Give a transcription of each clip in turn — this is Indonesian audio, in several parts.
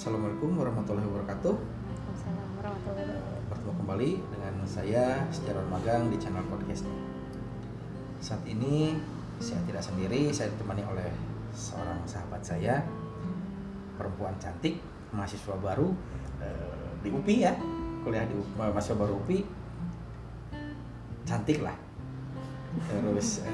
Assalamualaikum warahmatullahi wabarakatuh. Waalaikumsalam warahmatullahi wabarakatuh. Bertemu kembali dengan saya Sejarawan Magang di channel podcast. Saat ini saya tidak sendiri, saya ditemani oleh seorang sahabat saya, perempuan cantik, mahasiswa baru di UPI ya, kuliah di mahasiswa baru UPI, cantik lah. Terus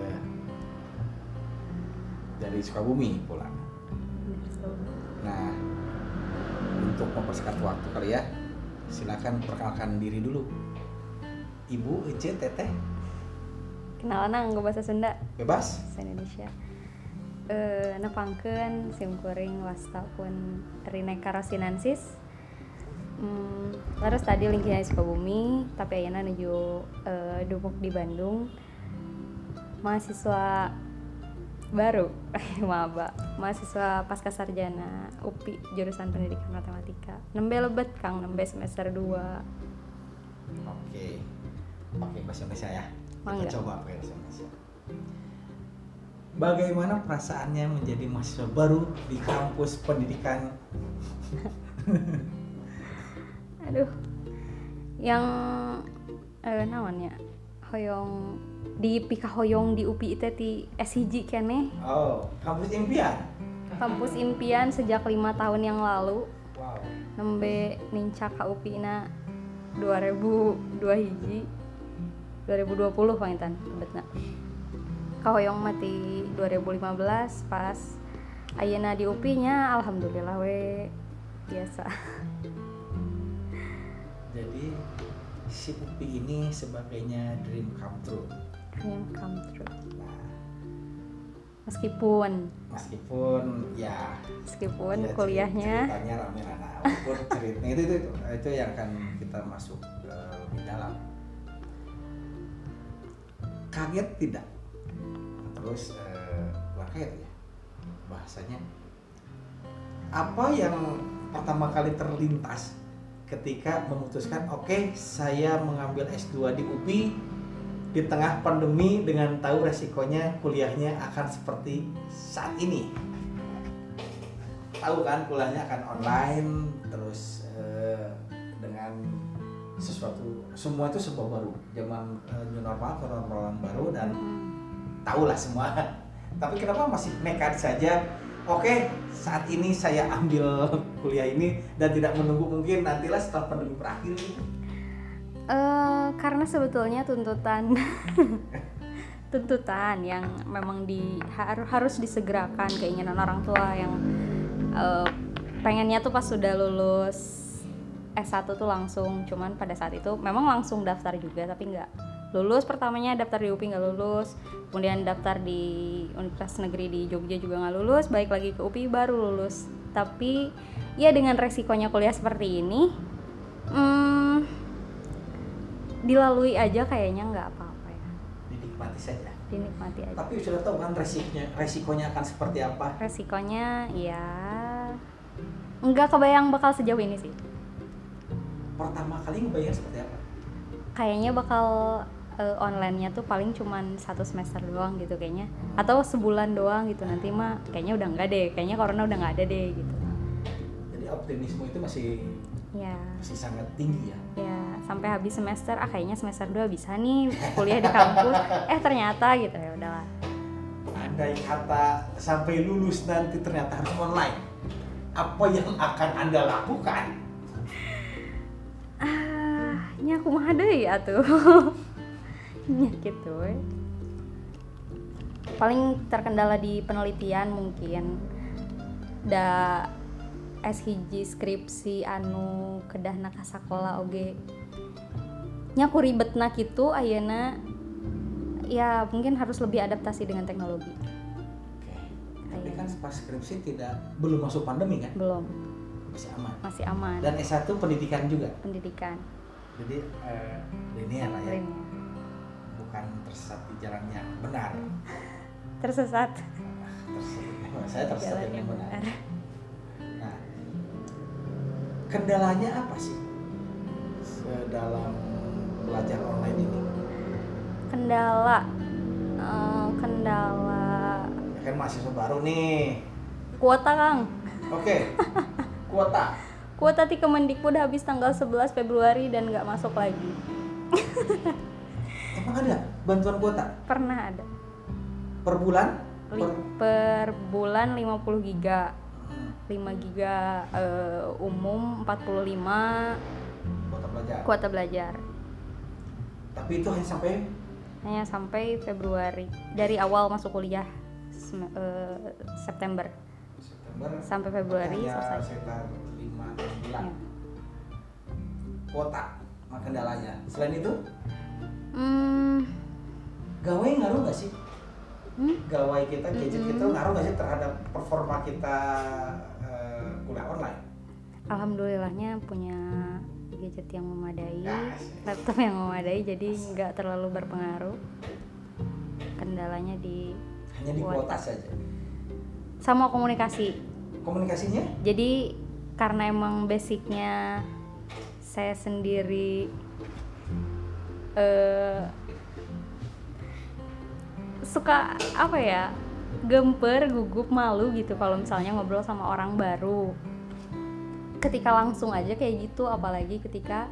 dari Sukabumi pula. Nah, untuk mempersingkat waktu kali ya, silakan perkenalkan diri dulu. Ibu, Ece, Teteh. Kenalan nggo bahasa Sunda. Bebas. Bahasa Indonesia. Nepangkeun sim kuring wasta pun Rineka Rosinensis. Terus tadi lingkihnya Sukabumi, tapi ayeuna nuju dupuk di Bandung. Mahasiswa baru, maba, mahasiswa pasca sarjana UPI jurusan pendidikan matematika. Nembe lebet Kang, nembe semester 2. Oke. Pakai bahasa Indonesia ya. Mangga. Kita coba pakai bahasa Indonesia. Bagaimana perasaannya menjadi mahasiswa baru di kampus pendidikan? Aduh. Yang namanya hoyong di pika hoyong di UPI teh ti SHG keneh. Oh, kampus impian. Kampus impian sejak 5 tahun yang lalu. Wow. Nembe nincak ka UPI na 2002 hiji 2020 pangitan tebetna. Ka hoyong mati 2015 pas ayeuna di UPI nya alhamdulillah we biasa. Jadi si UPI ini sebagainya dream come true. Dream come true. Nah, Meskipun ya kuliahnya ceritanya rame-rame, walaupun ceritanya itu yang akan kita masuk lebih dalam. Kaget tidak? Terus bukan kaget ya bahasanya. Apa yang pertama kali terlintas ketika memutuskan oke, saya mengambil S2 di UPI di tengah pandemi dengan tahu resikonya kuliahnya akan seperti saat ini. Tahu kan kuliahnya akan online, terus dengan sesuatu, semua itu serba baru, zaman new normal, kenormalan baru, dan tahulah semua. Tapi kenapa masih nekat saja? Oke, saat ini saya ambil kuliah ini dan tidak menunggu mungkin nantilah setelah pandemi berakhir gitu. Karena sebetulnya tuntutan yang memang harus disegerakan, keinginan orang tua yang pengennya tuh pas sudah lulus S1 tuh langsung, cuman pada saat itu memang langsung daftar juga tapi nggak lulus. Pertamanya daftar di UPI nggak lulus, kemudian daftar di Universitas Negeri di Jogja juga nggak lulus, balik lagi ke UPI baru lulus. Tapi ya dengan resikonya kuliah seperti ini, dilalui aja kayaknya nggak apa-apa ya. Dinikmati saja. Dinikmati aja. Tapi sudah tahu kan resikonya akan seperti apa? Resikonya ya nggak kebayang bakal sejauh ini sih. Pertama kali ngebayang seperti apa? Kayaknya bakal online-nya tuh paling cuman 1 semester doang gitu kayaknya, atau sebulan doang gitu. Nanti mah kayaknya udah nggak deh, kayaknya corona udah nggak ada deh gitu. Jadi optimisme itu masih sangat tinggi ya. Ya sampai habis semester, kayaknya semester 2 bisa nih kuliah di kampus. Ternyata gitu, ya udahlah. Andai kata sampai lulus nanti ternyata harus online, apa yang akan Anda lakukan? Nya kumaha deui atuh. Nya gitu we. Paling terkendala di penelitian mungkin. Da SHG skripsi anu kedahna ka sakola oge. Nya ku ribetna kitu ayeuna ya mungkin harus lebih adaptasi dengan teknologi. Oke. Tapi kan pas skripsi belum masuk pandemi kan? Belum. Masih aman. Masih aman. Dan S1 pendidikan juga. Pendidikan. Jadi linear lah ya. Linear. Bukan tersesat di jalan yang benar. Tersesat. Saya tersesat Jalan yang benar. benar. Nah, kendalanya apa sih dalam belajar online ini? Kendala Ya kan mahasiswa baru nih. kuota Kang. Oke. Kuota di Kemendikbud habis tanggal 11 Februari dan nggak masuk lagi. Emang ada bantuan kuota? Pernah ada. Per bulan? Per bulan 50 giga. 5 giga umum, 45 kuota belajar. Tapi itu hanya sampai Februari. Dari awal masuk kuliah September sampai Februari selesai. Sekitar 5 bulan. Ya. Kuota kendalanya. Selain itu? Gawai ngaruh nggak sih? Gawai kita, gadget kita ngaruh nggak sih terhadap performa kita kuliah online? Alhamdulillahnya punya gadget yang memadai, laptop yang memadai, jadi nggak terlalu berpengaruh. Kendalanya hanya di kuota saja. Sama komunikasi. Komunikasinya? Jadi karena emang basicnya saya sendiri suka gemper, gugup, malu gitu kalau misalnya ngobrol sama orang baru. Ketika langsung aja kayak gitu, apalagi ketika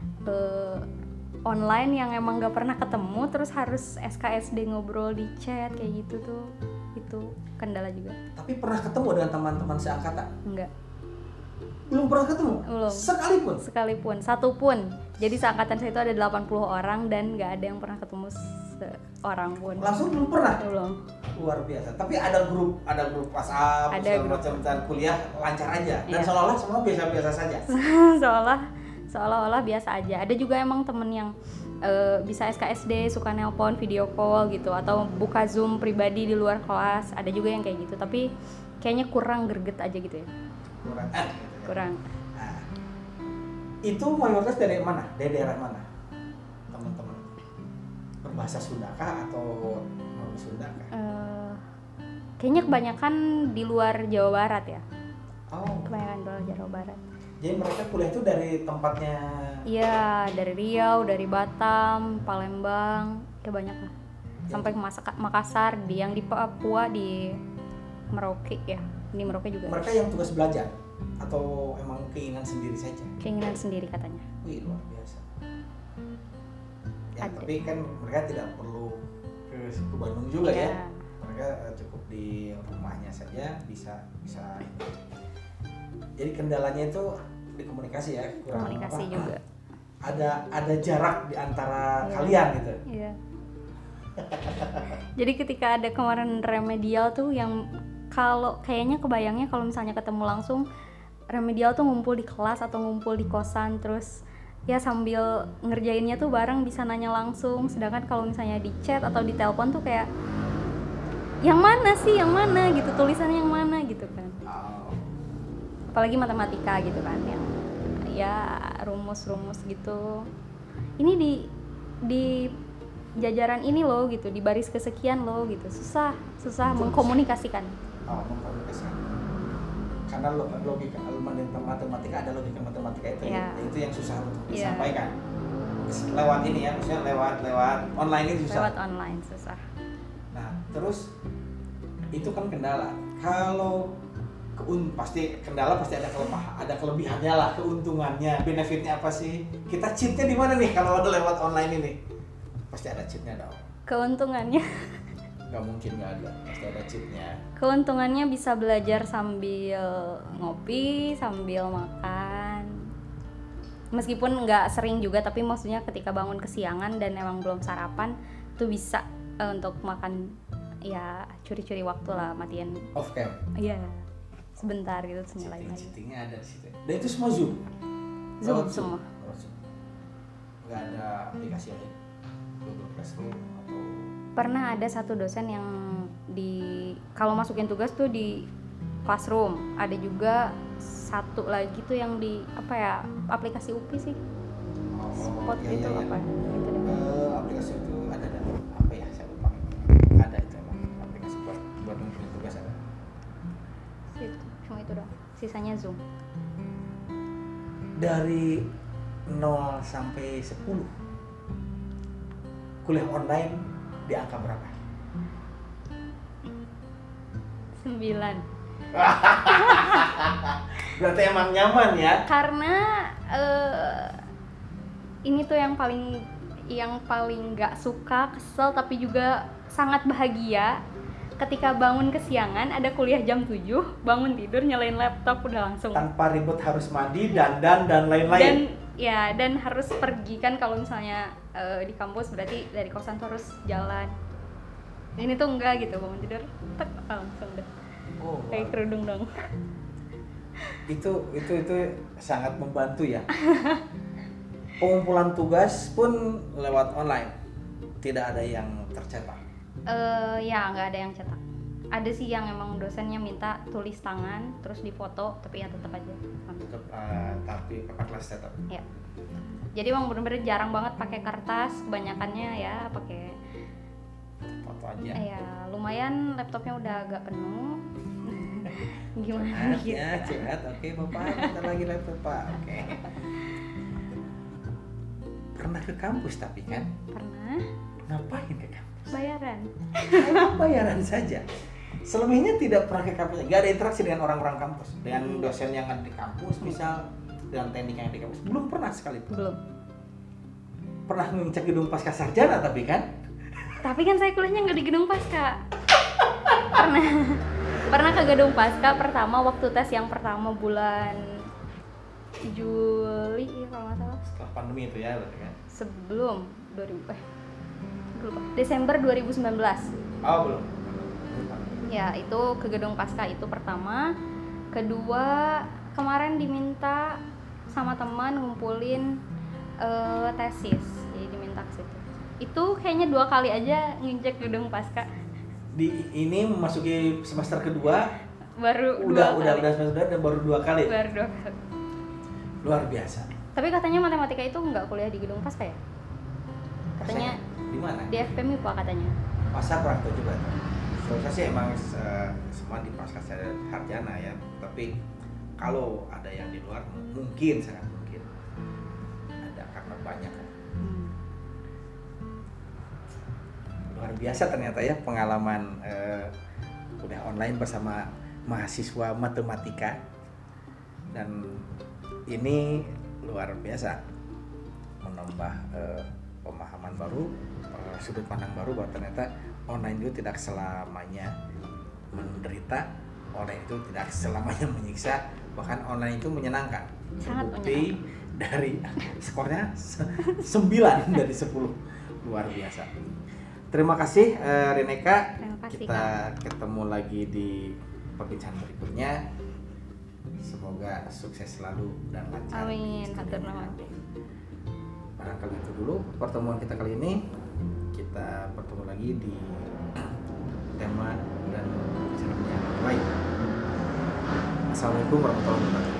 online yang emang gak pernah ketemu terus harus SKSD ngobrol di chat kayak gitu tuh, itu kendala juga. Tapi pernah ketemu dengan teman-teman seangkatan? Enggak. Belum pernah ketemu? Belum. Sekalipun, satu pun. Jadi seangkatan saya itu ada 80 orang dan gak ada yang pernah ketemu seorang pun. Langsung belum pernah? Belum. Luar biasa. Tapi ada grup WhatsApp, segala macam kuliah lancar aja. Dan seolah-olah semua biasa-biasa saja. Seolah-olah biasa aja. Ada juga emang temen yang bisa SKSD, suka nelpon, video call gitu, atau buka Zoom pribadi di luar kelas. Ada juga yang kayak gitu. Tapi kayaknya kurang greget aja gitu ya. Kurang. Nah, itu mayoritas dari mana? Dari daerah mana? Teman-teman berbahasa Sunda kah atau non Sunda kah? Kayaknya kebanyakan di luar Jawa Barat ya. Kebanyakan di luar Jawa Barat. Jadi mereka kuliah itu dari tempatnya? Iya, dari Riau, dari Batam, Palembang, banyak lah. Sampai ke Makassar, yang di Papua, di Merauke ya. Di Merauke juga. Mereka yang tugas belajar atau emang keinginan sendiri saja? Keinginan sendiri katanya. Wih, luar biasa. Ya, tapi kan mereka tidak perlu ke Bandung juga ya. Mereka cukup di rumahnya saja bisa. Jadi kendalanya itu di komunikasi ya, kurang komunikasi juga. Ada jarak di antara kalian gitu. Iya. Jadi ketika ada kemarin remedial tuh yang kalau kayaknya kebayangnya kalau misalnya ketemu langsung remedial tuh ngumpul di kelas atau ngumpul di kosan, terus ya sambil ngerjainnya tuh bareng bisa nanya langsung. Sedangkan kalau misalnya di chat atau di telepon tuh kayak yang mana gitu, tulisannya yang mana gitu kan. Apalagi matematika gitu kan, yang ya rumus-rumus gitu. Ini di jajaran ini loh gitu, di baris kesekian loh gitu. Susah mengkomunikasikan. Mengkomunikasikan. Karena logika matematika ada logika matematika itu, itu yang susah untuk disampaikan. Lewat ini ya, maksudnya lewat online ini susah. Lewat online susah. Nah, terus itu kan kendala. Kalau pasti ada kelebihannya lah, keuntungannya, benefitnya apa sih? Kita cheatnya di mana nih kalau udah lewat online ini? Pasti ada cheatnya dong. Keuntungannya? Gak mungkin gak ada, pasti ada cheatnya. Keuntungannya bisa belajar sambil ngopi, sambil makan. Meskipun nggak sering juga, tapi maksudnya ketika bangun kesiangan dan emang belum sarapan, tuh bisa untuk makan ya curi-curi waktu lah, matiin off cam. Iya. Sebentar gitu nyalain lagi. Cheatingnya ada di situ. Dan itu semua Zoom. Semua. Nggak ada aplikasi lain. Google Classroom atau pernah ada satu dosen yang kalau masukin tugas tuh di Classroom. Ada juga satu lagi tuh yang di aplikasi UPI sih. Spot gitu iya. apa gitu deh. Aplikasi itu ada apa ya, saya lupa. Ada itu emang aplikasi buat ngumpulin tugas ada. Cuma itu doang. Sisanya Zoom. Dari 0 sampai 10 kuliah online di angka berapa? 9. Berarti emang nyaman ya? Karena ini tuh yang paling nggak suka, kesel, tapi juga sangat bahagia ketika bangun kesiangan, ada kuliah jam 7, bangun tidur, nyalain laptop, udah langsung. Tanpa ribut harus mandi, dandan, dan lain-lain. Dan harus pergi kan, kalau misalnya di kampus berarti dari kosan tuh harus jalan. Ini tuh enggak gitu, bangun tidur, tek, langsung deh. Oh, Kayak kerudung dong. Itu sangat membantu ya. Pengumpulan tugas pun lewat online, tidak ada yang tercetak. Ya nggak ada yang cetak. Ada sih yang emang dosennya minta tulis tangan terus difoto, tapi ya tetap aja. Tapi kakak kelas tetap. Ya. Jadi emang bener-bener jarang banget pakai kertas, kebanyakannya ya pakai Foto aja. ya lumayan, laptopnya udah agak penuh. Gimana Curhat gitu. ya, curhat. Oke, Bapak, bentar lagi laptop, Pak. Oke. Pernah ke kampus tapi kan? Pernah Ngapain ke kampus? bayaran. Hanya bayaran saja. Selebihnya tidak pernah ke kampus. Gak ada interaksi dengan orang-orang kampus, dengan dosen yang ada di kampus, misal dengan teknik yang ada di kampus. Belum pernah sekalipun. Belum. Pernah ngecek gedung pasca sarjana tapi kan? Tapi kan saya kuliahnya nggak di gedung pasca. Pernah ke gedung pasca pertama waktu tes yang pertama bulan Juli ya kalau nggak salah. Setelah pandemi itu ya, berarti kan? Sebelum lupa. Desember 2019. Oh, belum. Ya, itu ke gedung pasca itu pertama. Kedua, kemarin diminta sama teman ngumpulin tesis. Jadi diminta ke situ. Itu kayaknya 2 kali aja ngecek gedung pasca. Ini memasuki semester kedua, Baru udah 2 kali. semester kedua dan baru 2 kali. Baru 2 kali. Luar biasa. Tapi katanya matematika itu nggak kuliah di gedung pasca ya? Katanya di mana? di FPM IPA katanya. Pasar kurang tahu juga. Saya sih emang semua di pasca sarjana ya, tapi kalau ada yang di luar mungkin, sangat mungkin ada, karena banyak kan. Luar biasa ternyata ya pengalaman kuliah online bersama mahasiswa matematika, dan ini luar biasa menambah pemahaman baru, sudut pandang baru bahwa ternyata online itu tidak selamanya menderita, online itu tidak selamanya menyiksa, bahkan online itu menyenangkan. Sangat Terbukti menyenangkan. dari skornya 9 dari 10, luar biasa. Terima kasih Rineka. Terima kasih, Kita ketemu lagi di perbincangan berikutnya. Semoga sukses selalu dan lancar. Amin, hatur nuhun. Barangkali itu dulu pertemuan kita kali ini. Kita bertemu lagi di tema dan pembicaraan yang lain. Assalamualaikum warahmatullahi wabarakatuh.